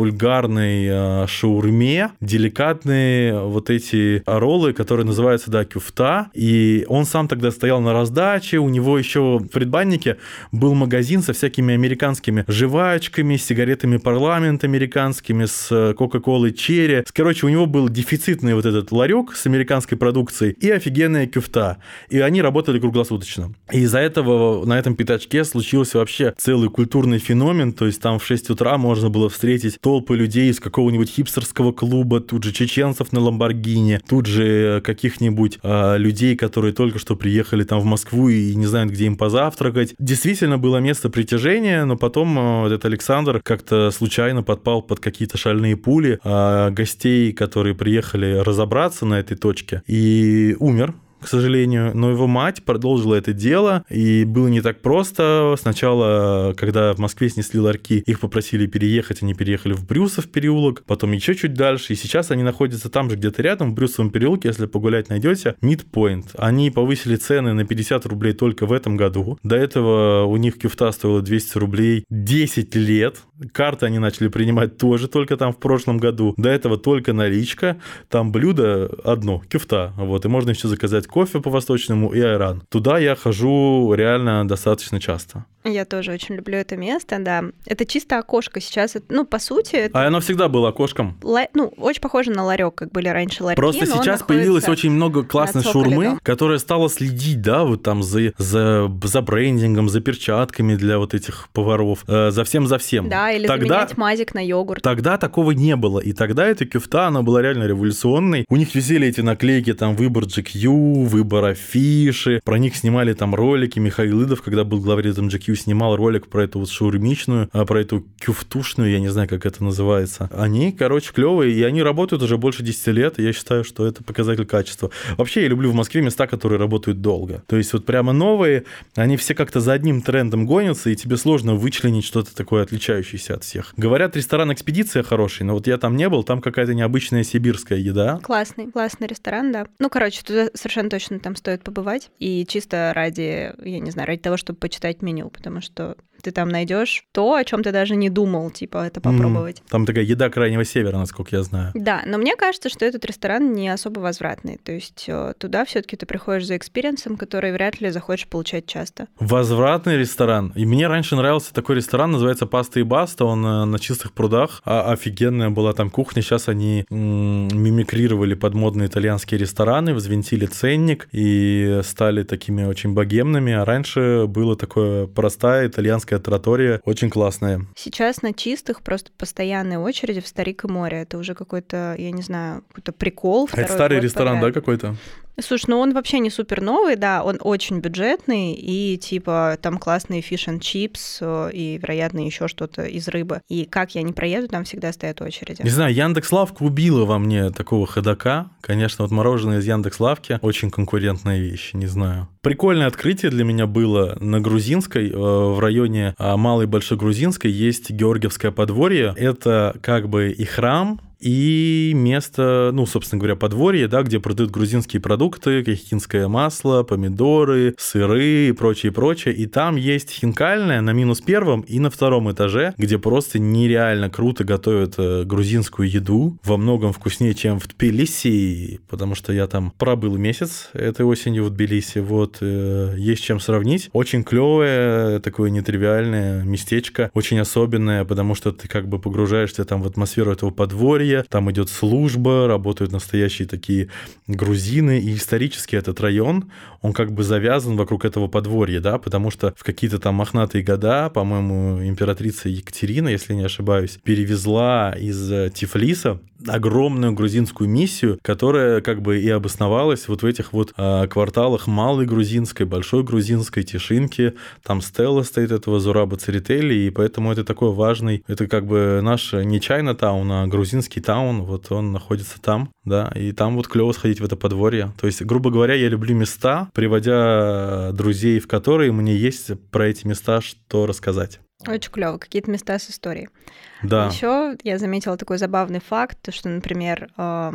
вульгарной шаурме деликатные вот эти роллы, которые называются, да, кюфта. И он сам тогда стоял на раздаче, у него еще в предбаннике был магазин со всякими американскими жвачками, с сигаретами парламент американскими, с кока-колой черри. Короче, у него был дефицитный вот этот ларек с американской продукцией и офигенная кюфта. И они работали круглосуточно. И из-за этого на этом пятачке случился вообще целый культурный феномен, то есть там в 6 утра можно было встретить толпы людей из какого-нибудь хипстерского клуба, тут же чеченцев на Ламборгини, тут же каких-нибудь людей, которые только что приехали там в Москву и не знают, где им позавтракать. Действительно было место притяжения, но потом этот Александр как-то случайно подпал под какие-то шальные пули гостей, которые приехали разобраться на этой точке, и умер, к сожалению, но его мать продолжила это дело, и было не так просто. Сначала, когда в Москве снесли ларьки, их попросили переехать, они переехали в Брюсов переулок, потом еще чуть дальше, и сейчас они находятся там же где-то рядом, в Брюсовом переулке, если погулять найдете, Midpoint. Они повысили цены на 50 рублей только в этом году. До этого у них кюфта стоила 200 рублей 10 лет. Карты они начали принимать тоже только там в прошлом году. До этого только наличка. Там блюдо одно, кюфта. Вот, и можно еще заказать кофе по-восточному и айран. Туда я хожу реально достаточно часто. Я тоже очень люблю это место, да. Это чисто окошко сейчас. Ну, по сути... Это... А оно всегда было окошком? Ну, очень похоже на ларек, как были раньше ларьки. Просто сейчас появилось очень много классной шаурмы, которая стала следить, да, вот там за брендингом, за перчатками для вот этих поваров, за всем. Да, или заменять мазик на йогурт. Тогда такого не было. И тогда эта кюфта, она была реально революционной. У них висели эти наклейки, там, выбор GQ, выбор афиши. Про них снимали там ролики. Михаил Идов, когда был главредом GQ, снимал ролик про эту вот шаурмичную, про эту кюфтушную, я не знаю, как это называется. Они, короче, клевые, и они работают уже больше 10 лет, и я считаю, что это показатель качества. Вообще, я люблю в Москве места, которые работают долго. То есть вот прямо новые, они все как-то за одним трендом гонятся, и тебе сложно вычленить что-то такое отличающееся от всех. Говорят, ресторан «Экспедиция» хороший, но вот я там не был, там какая-то необычная сибирская еда. Классный ресторан, да. Ну, короче, туда совершенно точно там стоит побывать, и чисто ради, я не знаю, ради того, чтобы почитать меню, потому что ты там найдешь то, о чем ты даже не думал, типа, это попробовать. Там такая еда Крайнего Севера, насколько я знаю. Да, но мне кажется, что этот ресторан не особо возвратный. То есть туда все-таки ты приходишь за экспириенсом, который вряд ли захочешь получать часто. Возвратный ресторан. И мне раньше нравился такой ресторан, называется «Паста и Баста», он на Чистых прудах. Офигенная была там кухня. Сейчас они мимикрировали под модные итальянские рестораны, взвинтили ценник и стали такими очень богемными. А раньше было такое простая итальянская траттория, очень классная. Сейчас на чистых просто постоянные очереди в Старик и море. Это уже какой-то, я не знаю, какой-то прикол. Это старый ресторан, да, какой-то? Слушай, ну он вообще не супер новый, да, он очень бюджетный, и типа там классные fish and chips, и, вероятно, еще что-то из рыбы. И как я не проеду, там всегда стоят очереди. Не знаю, Яндекс.Лавка убила во мне такого ходока. Конечно, вот мороженое из Яндекс.Лавки очень конкурентная вещь, не знаю. Прикольное открытие для меня было на Грузинской, в районе Малой Большой Грузинской есть Георгиевское подворье. Это как бы и храм, и место, ну, собственно говоря, подворье, да, где продают грузинские продукты, кахетинское масло, помидоры, сыры и прочее. И там есть хинкальная на -1 и на 2 этаже, где просто нереально круто готовят грузинскую еду, во многом вкуснее, чем в Тбилиси, потому что я там пробыл месяц этой осенью в Тбилиси, вот, есть чем сравнить. Очень клевое, такое нетривиальное местечко, очень особенное, потому что ты как бы погружаешься там в атмосферу этого подворья, там идет служба, работают настоящие такие грузины, и исторически этот район, он как бы завязан вокруг этого подворья, да, потому что в какие-то там мохнатые года, по-моему, императрица Екатерина, если не ошибаюсь, перевезла из Тифлиса огромную грузинскую миссию, которая как бы и обосновалась вот в этих вот кварталах Малой Грузинской, Большой Грузинской, Тишинки, там стела стоит этого Зураба Церетели, и поэтому это такой важный, это как бы наш не Чайна-таун, а грузинский таун, вот он находится там, да, и там вот клево сходить в это подворье. То есть, грубо говоря, я люблю места, приводя друзей, в которые мне есть про эти места что рассказать. Очень клево, какие-то места с историей. Да. Еще я заметила такой забавный факт, что, например,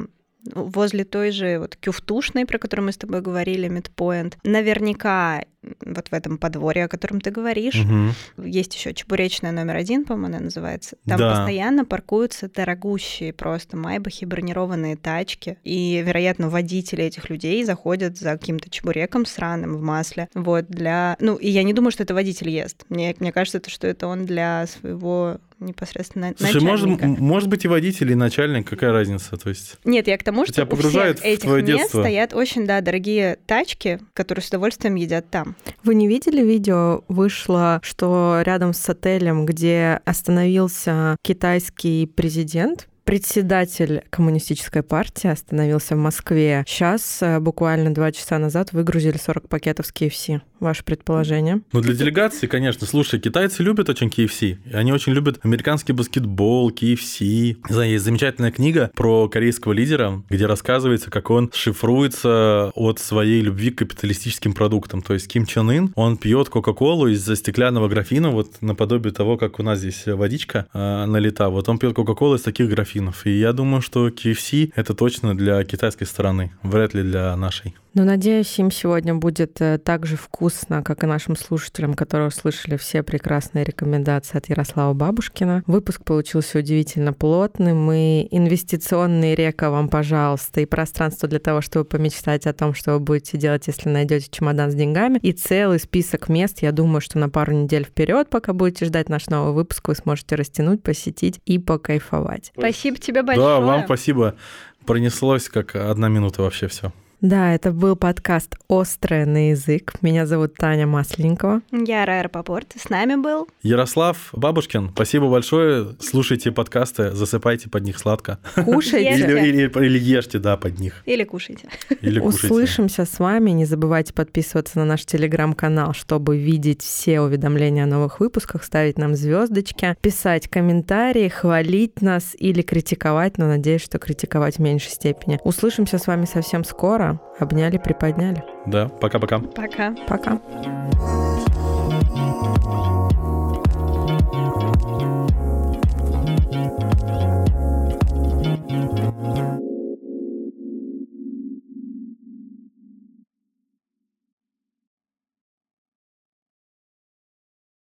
возле той же вот Кюфтушной, про которую мы с тобой говорили, Midpoint, наверняка вот в этом подворье, о котором ты говоришь, есть еще чебуречная номер 1, по-моему, она называется. Там постоянно паркуются дорогущие просто майбахи, бронированные тачки, и, вероятно, водители этих людей заходят за каким-то чебуреком сраным в масле. Вот для... Ну, и я не думаю, что это водитель ест. Мне кажется, что это он для своего непосредственно начальника. Слушай, может быть и водитель, и начальник, какая разница? То есть... Нет, я к тому, что у всех этих мест детство. Стоят очень, да, дорогие тачки, которые с удовольствием едят там. Вы не видели видео? Вышло, что рядом с отелем, где остановился китайский президент, председатель коммунистической партии остановился в Москве. Сейчас, буквально 2 часа назад, выгрузили 40 пакетов с KFC. Ваше предположение? Ну, для делегации, конечно. Слушай, китайцы любят очень KFC. Они очень любят американский баскетбол, KFC. Не знаю, есть замечательная книга про корейского лидера, где рассказывается, как он шифруется от своей любви к капиталистическим продуктам. То есть Ким Чен Ын, он пьет Кока-Колу из стеклянного графина, вот наподобие того, как у нас здесь водичка налита. Вот он пьет Кока-Колу из таких графинов. И я думаю, что KFC – это точно для китайской стороны, вряд ли для нашей. Но, надеюсь, им сегодня будет так же вкусно, как и нашим слушателям, которые услышали все прекрасные рекомендации от Ярослава Бабушкина. Выпуск получился удивительно плотным, и инвестиционный река вам, пожалуйста, и пространство для того, чтобы помечтать о том, что вы будете делать, если найдете чемодан с деньгами, и целый список мест. Я думаю, что на пару недель вперед, пока будете ждать наш новый выпуск, вы сможете растянуть, посетить и покайфовать. Спасибо тебе большое. Да, вам спасибо. Пронеслось как 1 минута вообще все. Да, это был подкаст «Острое на язык». Меня зовут Таня Масленникова. Я Рая Рапопорт. С нами был Ярослав Бабушкин. Спасибо большое. Слушайте подкасты, засыпайте под них сладко. Кушайте. Или ешьте, да, под них. Или кушайте. Услышимся с вами. Не забывайте подписываться на наш телеграм-канал, чтобы видеть все уведомления о новых выпусках, ставить нам звездочки, писать комментарии, хвалить нас или критиковать, но надеюсь, что критиковать в меньшей степени. Услышимся с вами совсем скоро. Обняли, приподняли. Да, пока-пока. Пока. Пока.